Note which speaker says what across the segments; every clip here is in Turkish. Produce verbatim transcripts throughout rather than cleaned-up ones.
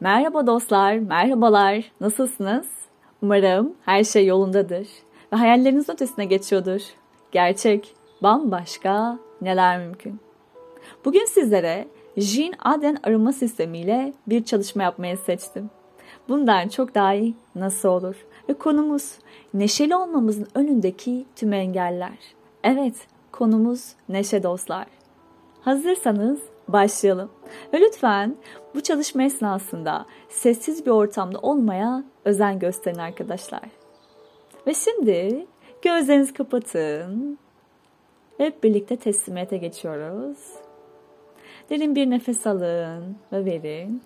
Speaker 1: Merhaba dostlar, merhabalar. Nasılsınız? Umarım her şey yolundadır ve hayalleriniz ötesine geçiyordur. Gerçek, bambaşka, neler mümkün. Bugün sizlere Jean Aden arama sistemiyle bir çalışma yapmayı seçtim. Bundan çok daha iyi nasıl olur? Ve konumuz neşeli olmamızın önündeki tüm engeller. Evet, konumuz neşe dostlar. Hazırsanız başlayalım. Ve lütfen bu çalışma esnasında sessiz bir ortamda olmaya özen gösterin arkadaşlar. Ve şimdi gözlerinizi kapatın. Hep birlikte teslimiyete geçiyoruz. Derin bir nefes alın ve verin.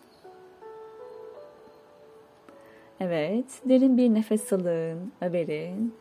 Speaker 1: Evet, derin bir nefes alın ve verin.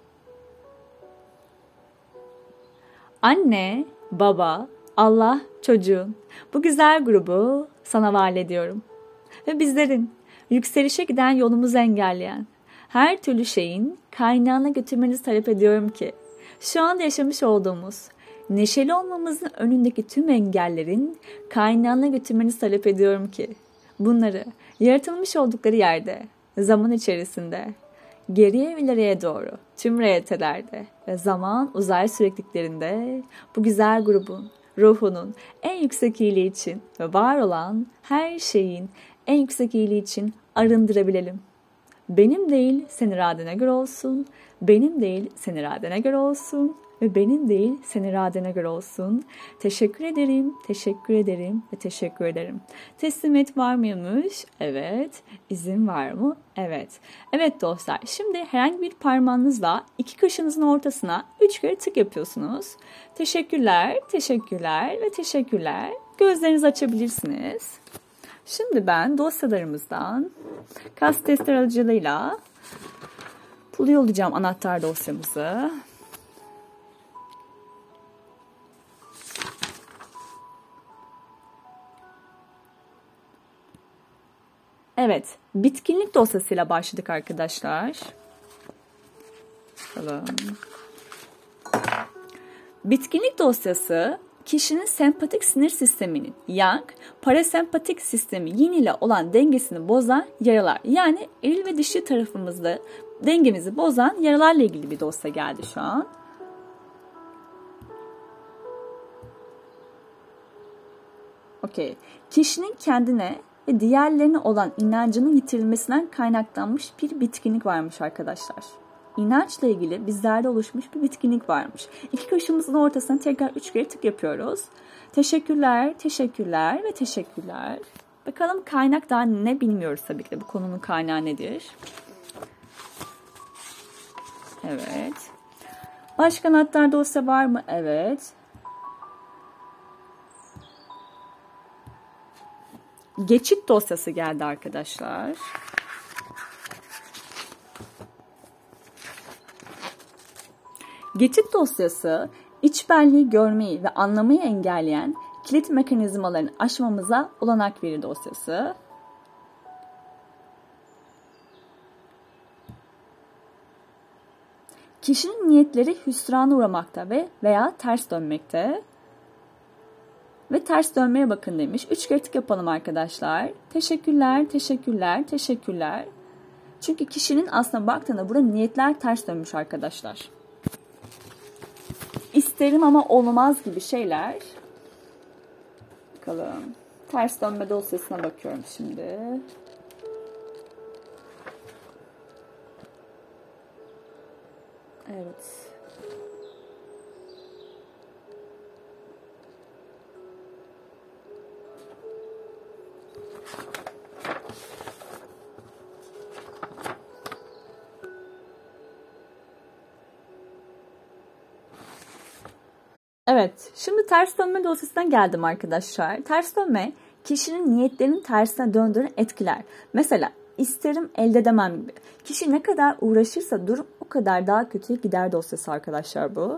Speaker 1: Anne, baba, Allah, çocuğun. Bu güzel grubu sana havale ediyorum. Ve bizlerin yükselişe giden yolumuzu engelleyen her türlü şeyin kaynağına götürmenizi talep ediyorum ki şu anda yaşamış olduğumuz neşeli olmamızın önündeki tüm engellerin kaynağına götürmenizi talep ediyorum ki bunları yaratılmış oldukları yerde, zaman içerisinde, geriye ve ileriye doğru tüm reyetelerde ve zaman uzay sürekliliklerinde bu güzel grubun ruhunun en yüksek iyiliği için ve var olan her şeyin en yüksek iyiliği için arındırabilelim. Benim değil senin iradene göre olsun, benim değil senin iradene göre olsun ve benim değil senin iradene göre olsun. Teşekkür ederim, teşekkür ederim ve teşekkür ederim. Teslimiyet var mıymış? Evet. İzin var mı? Evet. Evet dostlar, şimdi herhangi bir parmağınızla iki kaşınızın ortasına üç kere tık yapıyorsunuz. Teşekkürler, teşekkürler ve teşekkürler. Gözlerinizi açabilirsiniz. Şimdi ben dosyalarımızdan kas testler aracılığıyla buluyor olacağım anahtar dosyamızı. Evet, bitkinlik dosyasıyla başladık arkadaşlar. Bakalım. Bitkinlik dosyası kişinin sempatik sinir sisteminin yang, parasempatik sistemi yin ile olan dengesini bozan yaralar. Yani eril ve dişi tarafımızda dengemizi bozan yaralarla ilgili bir dosya geldi şu an. Okey. Kişinin kendine ve diğerlerine olan inancının yitirilmesinden kaynaklanmış bir bitkinlik varmış arkadaşlar. İnançla ilgili bizlerde oluşmuş bir bitkinlik varmış. İki kaşımızın ortasına tekrar üç kere tık yapıyoruz. Teşekkürler, teşekkürler ve teşekkürler. Bakalım kaynak daha ne bilmiyoruz tabii ki de. Bu konunun kaynağı nedir? Evet. Başka anahtar dosya var mı? Evet. Geçit dosyası geldi arkadaşlar. Geçit dosyası, iç benliği görmeyi ve anlamayı engelleyen kilit mekanizmalarını aşmamıza olanak verir dosyası. Kişinin niyetleri hüsrana uğramakta ve veya ters dönmekte. Ve ters dönmeye bakın demiş. Üç kere tık yapalım arkadaşlar. Teşekkürler, teşekkürler, teşekkürler. Çünkü kişinin aslında baktığında burada niyetler ters dönmüş arkadaşlar. İsterim ama olmaz gibi şeyler. Bakalım. Ters dönme dosyasına bakıyorum şimdi. Evet. Evet, şimdi ters dönme dosyasından geldim arkadaşlar. Ters dönme, kişinin niyetlerinin tersine döndüğünü etkiler. Mesela, isterim elde edemem gibi. Kişi ne kadar uğraşırsa durum o kadar daha kötüye gider dosyası arkadaşlar bu.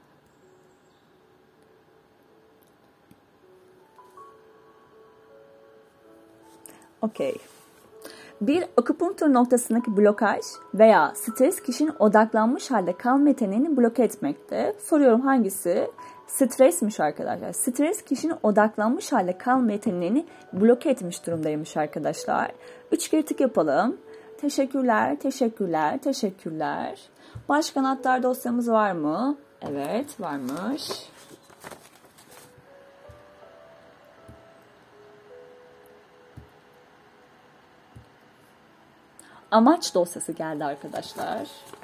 Speaker 1: Okey. Bir akupunktur noktasındaki blokaj veya stres kişinin odaklanmış halde kalma yeteneğini bloke etmekte. Soruyorum hangisi? Stresmiş arkadaşlar. Stres kişinin odaklanmış halde kalma yeteneğini bloke etmiş durumdaymış arkadaşlar. Üç kere tık yapalım. Teşekkürler, teşekkürler, teşekkürler. Başka anahtar dosyamız var mı? Evet, varmış. Amaç dosyası geldi arkadaşlar.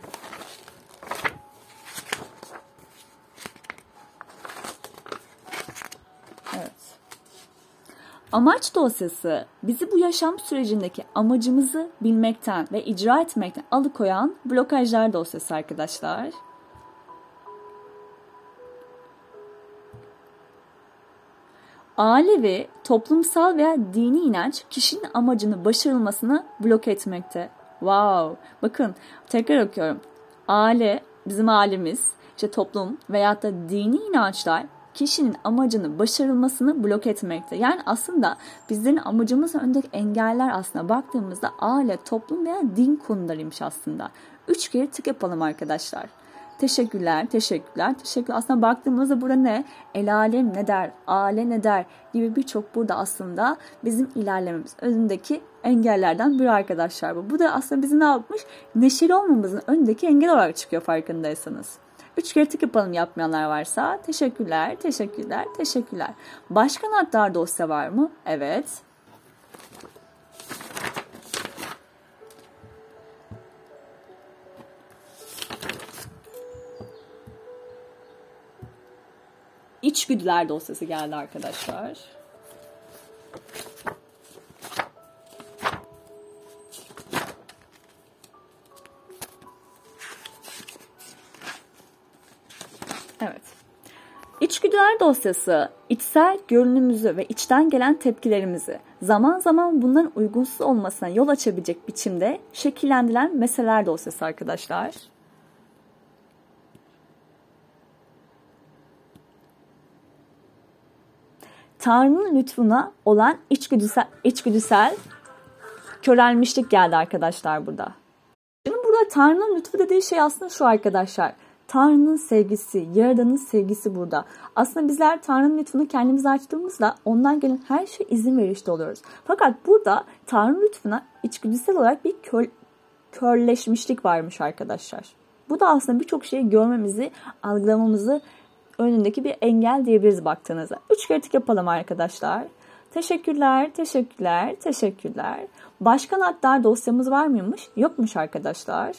Speaker 1: Evet. Amaç dosyası bizi bu yaşam sürecindeki amacımızı bilmekten ve icra etmekten alıkoyan blokajlar dosyası arkadaşlar. Ailevi, toplumsal veya dini inanç kişinin amacını başarılmasını bloke etmekte. Wow! Bakın tekrar okuyorum. Aile, bizim ailemiz, işte toplum veyahut da dini inançlar kişinin amacını başarılmasını bloke etmekte. Yani aslında bizlerin amacımızın önündeki engeller aslında baktığımızda aile, toplum veya din konularıymış aslında. Üç kere tık yapalım arkadaşlar. Teşekkürler, teşekkürler, teşekkürler. Aslında baktığımızda burada ne? El alem ne der, aile ne der gibi birçok burada aslında bizim ilerlememiz önündeki engellerden biri arkadaşlar bu. Bu da aslında bizi ne yapmış? Neşeli olmamızın önündeki engel olarak çıkıyor farkındaysanız. Üç kere tık yapalım yapmayanlar varsa. Teşekkürler, teşekkürler, teşekkürler. Başka anahtar dosya var mı? Evet. İçgüdüler dosyası geldi arkadaşlar. Evet. İçgüdüler dosyası, içsel görünümümüzü ve içten gelen tepkilerimizi zaman zaman bunların uygunsuz olmasına yol açabilecek biçimde şekillendirilen meseleler dosyası arkadaşlar. Tanrı'nın lütfuna olan içgüdüsel, içgüdüsel körelmişlik geldi arkadaşlar burada. Şimdi burada Tanrı'nın lütfu dediği şey aslında şu arkadaşlar. Tanrı'nın sevgisi, Yaradan'ın sevgisi burada. Aslında bizler Tanrı'nın lütfunu kendimize açtığımızda ondan gelen her şeye izin verişte oluyoruz. Fakat burada Tanrı lütfuna içgüdüsel olarak bir kör, körleşmişlik varmış arkadaşlar. Bu da aslında birçok şeyi görmemizi, algılamamızı önündeki bir engel diyebiliriz baktığınızda. Üç kere tık yapalım arkadaşlar. Teşekkürler, teşekkürler, teşekkürler. Başka anahtar dosyamız var mıymış? Yokmuş arkadaşlar.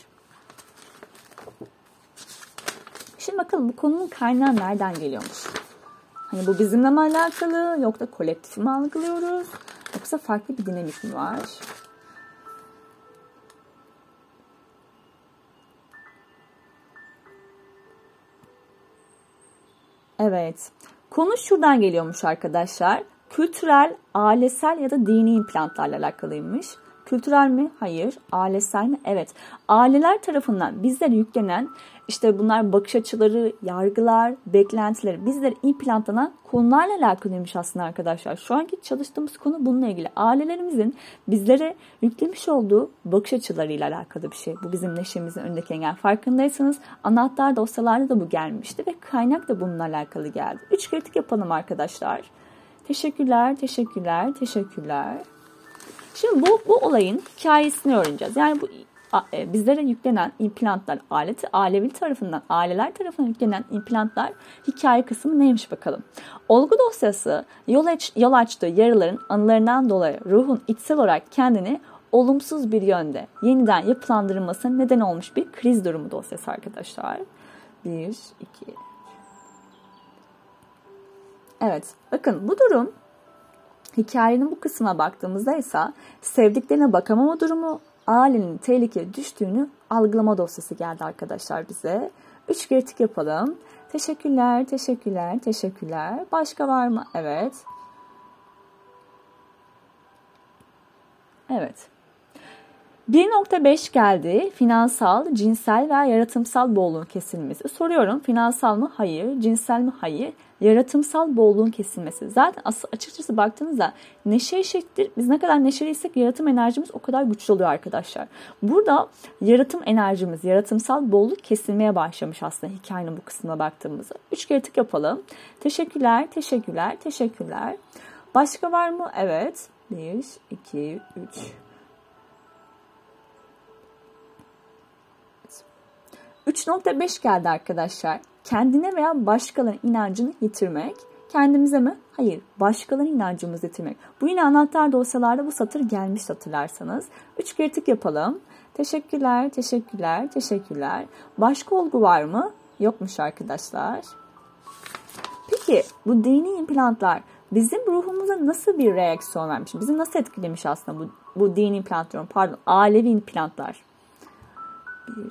Speaker 1: Şimdi bakalım bu konunun kaynağı nereden geliyormuş? Hani bu bizimle mi alakalı, yoksa kolektif mi algılıyoruz, yoksa farklı bir dinamik mi var? Evet, konu şuradan geliyormuş arkadaşlar. Kültürel, ailesel ya da dini implantlarla alakalıymış. Kültürel mi? Hayır. Ailesel mi? Evet. Aileler tarafından bizlere yüklenen işte bunlar bakış açıları, yargılar, beklentileri bizlere implantanan konularla alakalıymış aslında arkadaşlar. Şu anki çalıştığımız konu bununla ilgili. Ailelerimizin bizlere yüklemiş olduğu bakış açılarıyla alakalı bir şey. Bu bizim neşemizin önündeki engel. Farkındaysanız anahtar dosyalarda da bu gelmişti ve kaynak da bununla alakalı geldi. Üç kritik yapalım arkadaşlar. Teşekkürler, teşekkürler, teşekkürler. Şimdi bu, bu olayın hikayesini öğreneceğiz. Yani bu bizlere yüklenen implantlar, aleti, ailevi tarafından, aileler tarafından yüklenen implantlar hikaye kısmı neymiş bakalım. Olgu dosyası yol, aç, yol açtığı yaraların anılarından dolayı ruhun içsel olarak kendini olumsuz bir yönde yeniden yapılandırılmasına neden olmuş bir kriz durumu dosyası arkadaşlar. Bir, iki. Evet, bakın bu durum hikayenin bu kısmına baktığımızda ise sevdiklerine bakamama durumu, ailenin tehlikeye düştüğünü algılama dosyası geldi arkadaşlar bize. Üç kere tık yapalım. Teşekkürler, teşekkürler, teşekkürler. Başka var mı? Evet. Evet. bir nokta beş geldi. Finansal, cinsel veya yaratımsal bolluğun kesilmesi. Soruyorum, finansal mı? Hayır. Cinsel mi? Hayır. Yaratımsal bolluğun kesilmesi. Zaten açıkçası baktığınızda neşe eşittir. Biz ne kadar neşeliysek yaratım enerjimiz o kadar güçlü oluyor arkadaşlar. Burada yaratım enerjimiz, yaratımsal bolluk kesilmeye başlamış aslında hikayenin bu kısmına baktığımızda. Üç kere tık yapalım. Teşekkürler, teşekkürler, teşekkürler. Başka var mı? Evet. Bir, iki, üç. üç nokta beş geldi arkadaşlar. Kendine veya başkalarının inancını yitirmek. Kendimize mi? Hayır. Başkalarının inancımızı yitirmek. Bu yine anahtar dosyalarda bu satır gelmiş hatırlarsanız. üç kere tık yapalım. Teşekkürler, teşekkürler, teşekkürler. Başka olgu var mı? Yokmuş arkadaşlar. Peki bu dini implantlar bizim ruhumuza nasıl bir reaksiyon vermiş? Bizi nasıl etkilemiş aslında bu, bu dini implantlar? Pardon, alevi implantlar. Bir.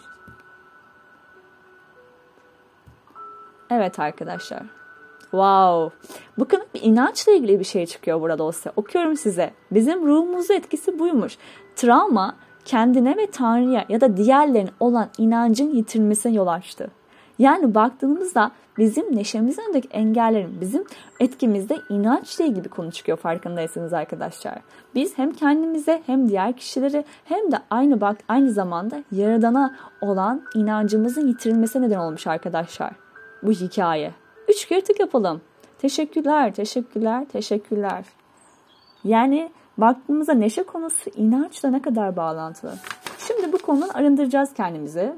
Speaker 1: Evet arkadaşlar. Wow. Bakın bir inançla ilgili bir şey çıkıyor burada dosya. Okuyorum size. Bizim ruhumuza etkisi buymuş. Travma kendine ve Tanrı'ya ya da diğerlerine olan inancın yitirmesine yol açtı. Yani baktığımızda bizim neşemizin önündeki engellerin bizim etkimizde inançla ilgili bir konu çıkıyor farkındaysanız arkadaşlar. Biz hem kendimize hem diğer kişileri hem de aynı bak aynı zamanda Yaradan'a olan inancımızın yitirilmesine neden olmuş arkadaşlar. Bu hikaye. Üç kere tık yapalım. Teşekkürler, teşekkürler, teşekkürler. Yani baktığımızda neşe konusu inançla ne kadar bağlantılı. Şimdi bu konudan arındıracağız kendimizi.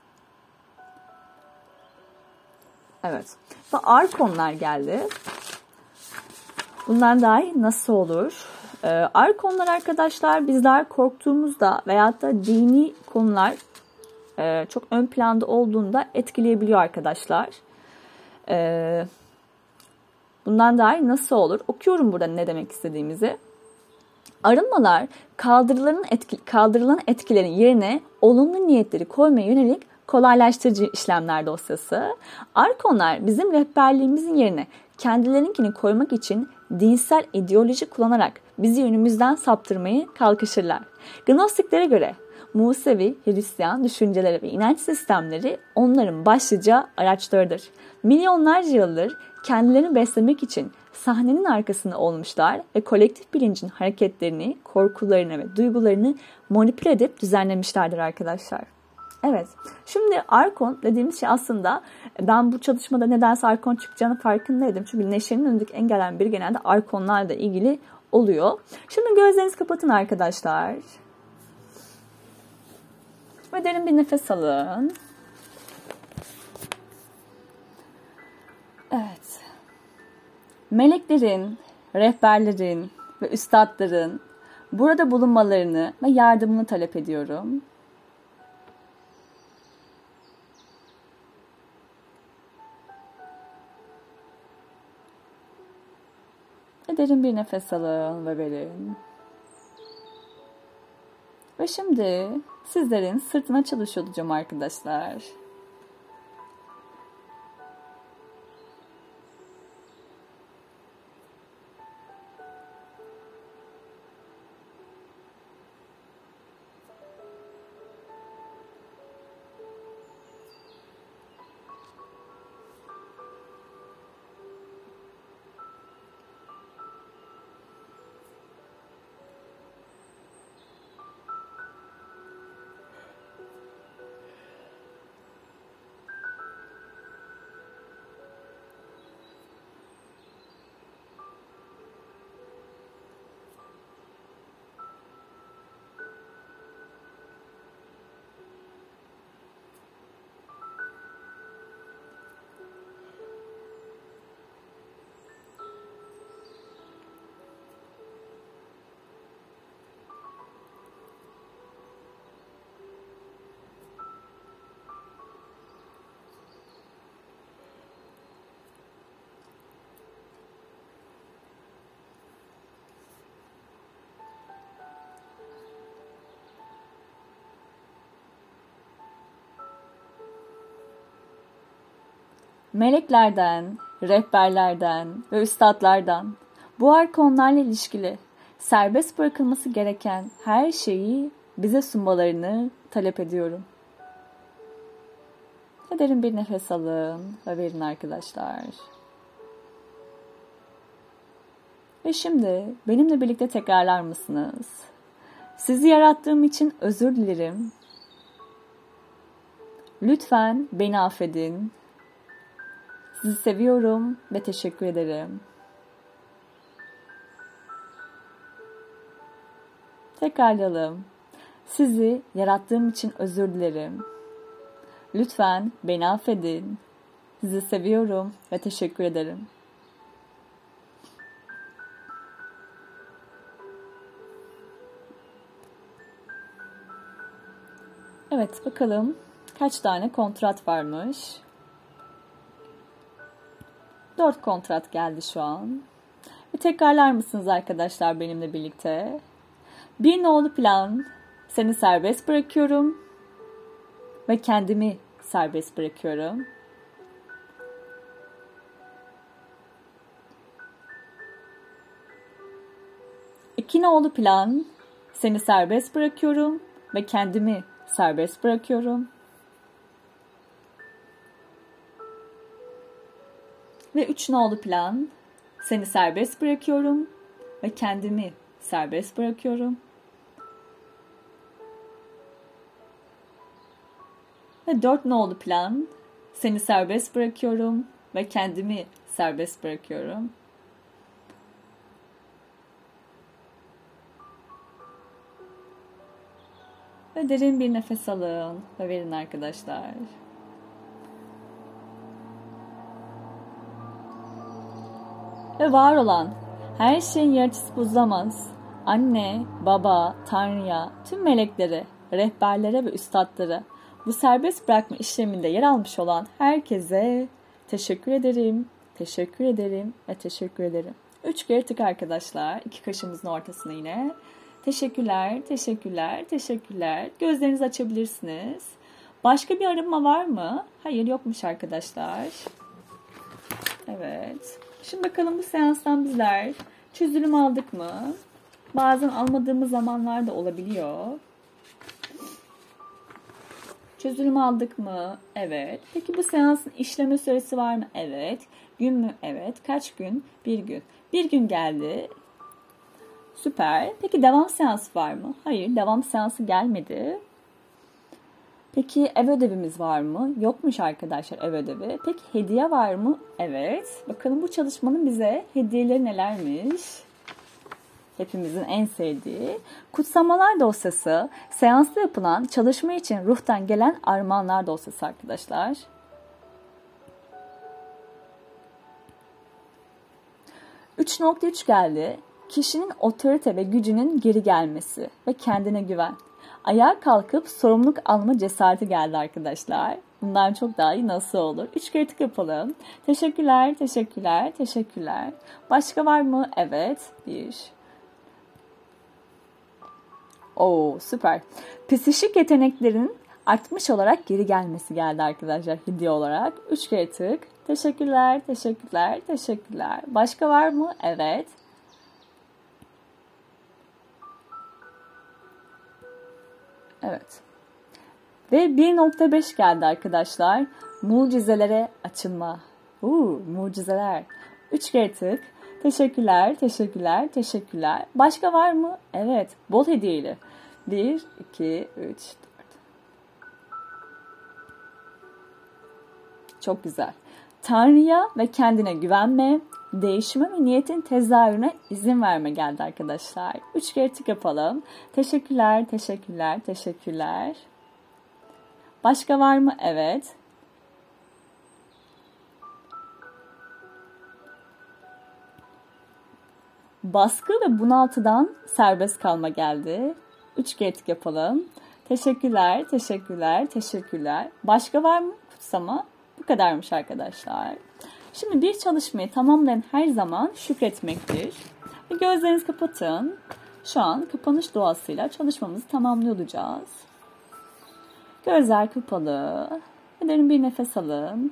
Speaker 1: Evet. Ve arkonlar geldi. Bundan dahi nasıl olur? Ee, arkonlar arkadaşlar bizler korktuğumuzda veyahut da dini konular e, çok ön planda olduğunda etkileyebiliyor arkadaşlar. Ee, bundan dahi nasıl olur? Okuyorum burada ne demek istediğimizi. Arınmalar kaldırılan, etki, kaldırılan etkilerin yerine olumlu niyetleri koymaya yönelik kolaylaştırıcı işlemler dosyası. Arkonlar bizim rehberliğimizin yerine kendilerinkini koymak için dinsel ideoloji kullanarak bizi yönümüzden saptırmayı kalkışırlar. Gnostiklere göre Musevi, Hristiyan düşünceleri ve inanç sistemleri onların başlıca araçlarıdır. Milyonlarca yıldır kendilerini beslemek için sahnenin arkasında olmuşlar ve kolektif bilincin hareketlerini, korkularını ve duygularını manipüle edip düzenlemişlerdir arkadaşlar. Evet, şimdi Arkon dediğimiz şey aslında ben bu çalışmada nedense Arkon çıkacağını farkındaydım. Çünkü neşenin önündeki engellen biri genelde Arkonlarla ilgili oluyor. Şimdi gözlerinizi kapatın arkadaşlar. Ve derin bir nefes alın. Evet. Meleklerin, rehberlerin ve üstadların burada bulunmalarını ve yardımını talep ediyorum. Ve derin bir nefes alın ve verin. Ve şimdi sizlerin sırtına çalışıyor olacağım arkadaşlar. Meleklerden, rehberlerden ve üstadlardan bu arkonlarla ilişkili serbest bırakılması gereken her şeyi bize sunmalarını talep ediyorum. Derin bir nefes alın ve verin arkadaşlar. Ve şimdi benimle birlikte tekrarlar mısınız? Sizi yarattığım için özür dilerim. Lütfen beni affedin. Sizi seviyorum ve teşekkür ederim. Tekrarlayalım. Sizi yarattığım için özür dilerim. Lütfen beni affedin. Sizi seviyorum ve teşekkür ederim. Evet, bakalım kaç tane kontrat varmış. Dört kontrat geldi şu an. Ve tekrarlar mısınız arkadaşlar benimle birlikte? Bir nolu plan. Seni serbest bırakıyorum. Ve kendimi serbest bırakıyorum. İki nolu plan. Seni serbest bırakıyorum. Ve kendimi serbest bırakıyorum. Ve üç nolu plan. Seni serbest bırakıyorum. Ve kendimi serbest bırakıyorum. Ve dört nolu plan. Seni serbest bırakıyorum. Ve kendimi serbest bırakıyorum. Ve derin bir nefes alın ve verin arkadaşlar. Ve var olan her şeyin yaratıcısı bozamaz. Anne, baba, Tanrı'ya, tüm meleklere, rehberlere ve üstadlara bu serbest bırakma işleminde yer almış olan herkese teşekkür ederim, teşekkür ederim ve teşekkür ederim. Üç kere tık arkadaşlar. İki kaşımızın ortasına yine. Teşekkürler, teşekkürler, teşekkürler. Gözlerinizi açabilirsiniz. Başka bir arınma var mı? Hayır, yokmuş arkadaşlar. Evet. Şimdi bakalım bu seanstan bizler çözülüm aldık mı? Bazen almadığımız zamanlar da olabiliyor. Çözülüm aldık mı? Evet. Peki bu seansın işleme süresi var mı? Evet. Gün mü? Evet. Kaç gün? Bir gün. Bir gün geldi. Süper. Peki devam seansı var mı? Hayır, devam seansı gelmedi. Peki ev ödevimiz var mı? Yokmuş arkadaşlar ev ödevi. Peki hediye var mı? Evet. Bakalım bu çalışmanın bize hediyeleri nelermiş? Hepimizin en sevdiği. Kutsamalar dosyası, seansta yapılan çalışma için ruhtan gelen armağanlar dosyası arkadaşlar. üç nokta üç geldi. Kişinin otorite ve gücünün geri gelmesi ve kendine güven. Ayağa kalkıp sorumluluk alma cesareti geldi arkadaşlar. Bundan çok daha iyi nasıl olur? Üç kere tık yapalım. Teşekkürler, teşekkürler, teşekkürler. Başka var mı? Evet. Bir. Oo, süper. Psişik yeteneklerin artmış olarak geri gelmesi geldi arkadaşlar hediye olarak. Üç kere tık. Teşekkürler, teşekkürler, teşekkürler. Başka var mı? Evet. Evet. Ve bir nokta beş geldi arkadaşlar. Mucizelere açılma. Uuu, mucizeler. Üç kere tık. Teşekkürler, teşekkürler, teşekkürler. Başka var mı? Evet. Bol hediyeli. Bir, iki, üç, dört. Çok güzel. Tanrı'ya ve kendine güvenme, değişime ve niyetin tezahürüne izin verme geldi arkadaşlar. Üç kere tık yapalım. Teşekkürler, teşekkürler, teşekkürler. Başka var mı? Evet. Baskı ve bunaltıdan serbest kalma geldi. Üç kere tık yapalım. Teşekkürler, teşekkürler, teşekkürler. Başka var mı? Kutsama. Bu kadarmış arkadaşlar. Şimdi bir çalışmayı tamamlayan her zaman şükretmektir. Ve gözlerinizi kapatın. Şu an kapanış duasıyla çalışmamızı tamamlıyor olacağız. Gözler kapalı. Derin bir nefes alın.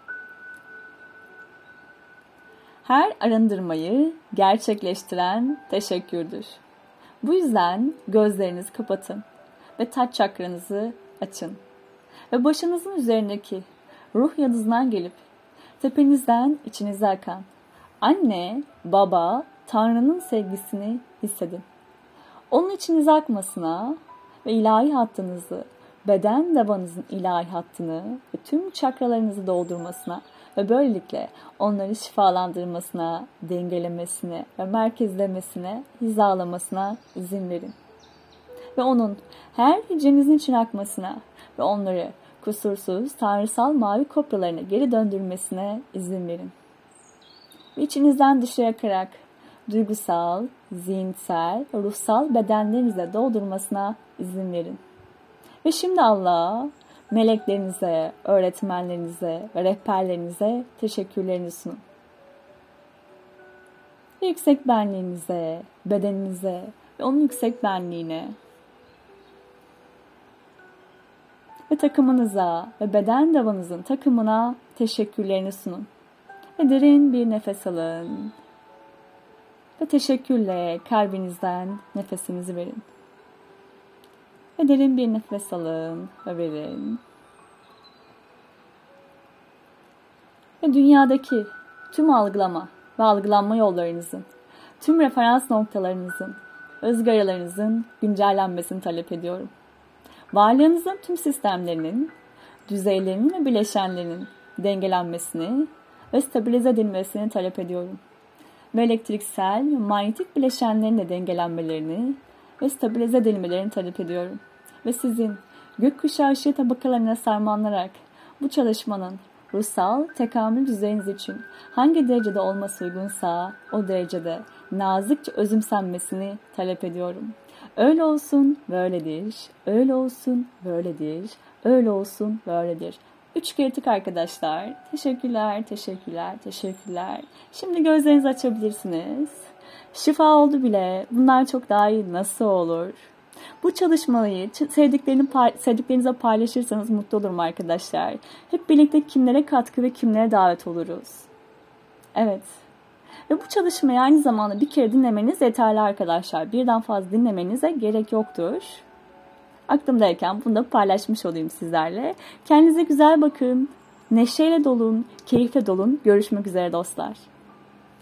Speaker 1: Her arındırmayı gerçekleştiren teşekkürdür. Bu yüzden gözlerinizi kapatın. ve taç çakranızı açın. Ve başınızın üzerindeki ruh yıldızından gelip tepenizden içinize akan anne, baba, Tanrı'nın sevgisini hissedin. Onun içinize akmasına ve ilahi hattınızı, beden dabanızın ilahi hattını ve tüm çakralarınızı doldurmasına ve böylelikle onları şifalandırmasına, dengelemesine ve merkezlemesine, hizalamasına izin verin. Ve onun her hücrenizin içine akmasına ve onları kusursuz, tanrısal mavi kopyalarına geri döndürmesine izin verin. Ve içinizden dışarı akarak duygusal, zihinsel, ruhsal bedenlerinize doldurmasına izin verin. Ve şimdi Allah'a, meleklerinize, öğretmenlerinize ve rehberlerinize teşekkürlerini sunun. Ve yüksek benliğinize, bedeninize ve onun yüksek benliğine ve takımınıza ve beden davanızın takımına teşekkürlerini sunun. Ve derin bir nefes alın. Ve teşekkürle kalbinizden nefesinizi verin. Ve derin bir nefes alın ve verin. Ve dünyadaki tüm algılama ve algılanma yollarınızın, tüm referans noktalarınızın, ızgaralarınızın güncellenmesini talep ediyorum. Varlığınızın tüm sistemlerinin, düzeylerinin ve bileşenlerinin dengelenmesini ve stabilize edilmesini talep ediyorum. Ve elektriksel ve manyetik bileşenlerin de dengelenmelerini ve stabilize edilmelerini talep ediyorum. Ve sizin gökkuşağı ışığı tabakalarına sarmalanarak bu çalışmanın ruhsal tekamül düzeyiniz için hangi derecede olması uygunsa o derecede nazikçe özümsenmesini talep ediyorum. Öyle olsun, böyledir. Öyle olsun, böyledir. Öyle olsun, böyledir. Üç kritik arkadaşlar. Teşekkürler, teşekkürler, teşekkürler. Şimdi gözlerinizi açabilirsiniz. Şifa oldu bile. Bunlar çok daha iyi nasıl olur? Bu çalışmayı sevdiklerinize paylaşırsanız mutlu olurum arkadaşlar. Hep birlikte kimlere katkı ve kimlere davet oluruz. Evet. Ve bu çalışmayı aynı zamanda bir kere dinlemeniz yeterli arkadaşlar. Birden fazla dinlemenize gerek yoktur. Aklımdayken bunu da paylaşmış olayım sizlerle. Kendinize güzel bakın. Neşeyle dolun, keyifle dolun. Görüşmek üzere dostlar.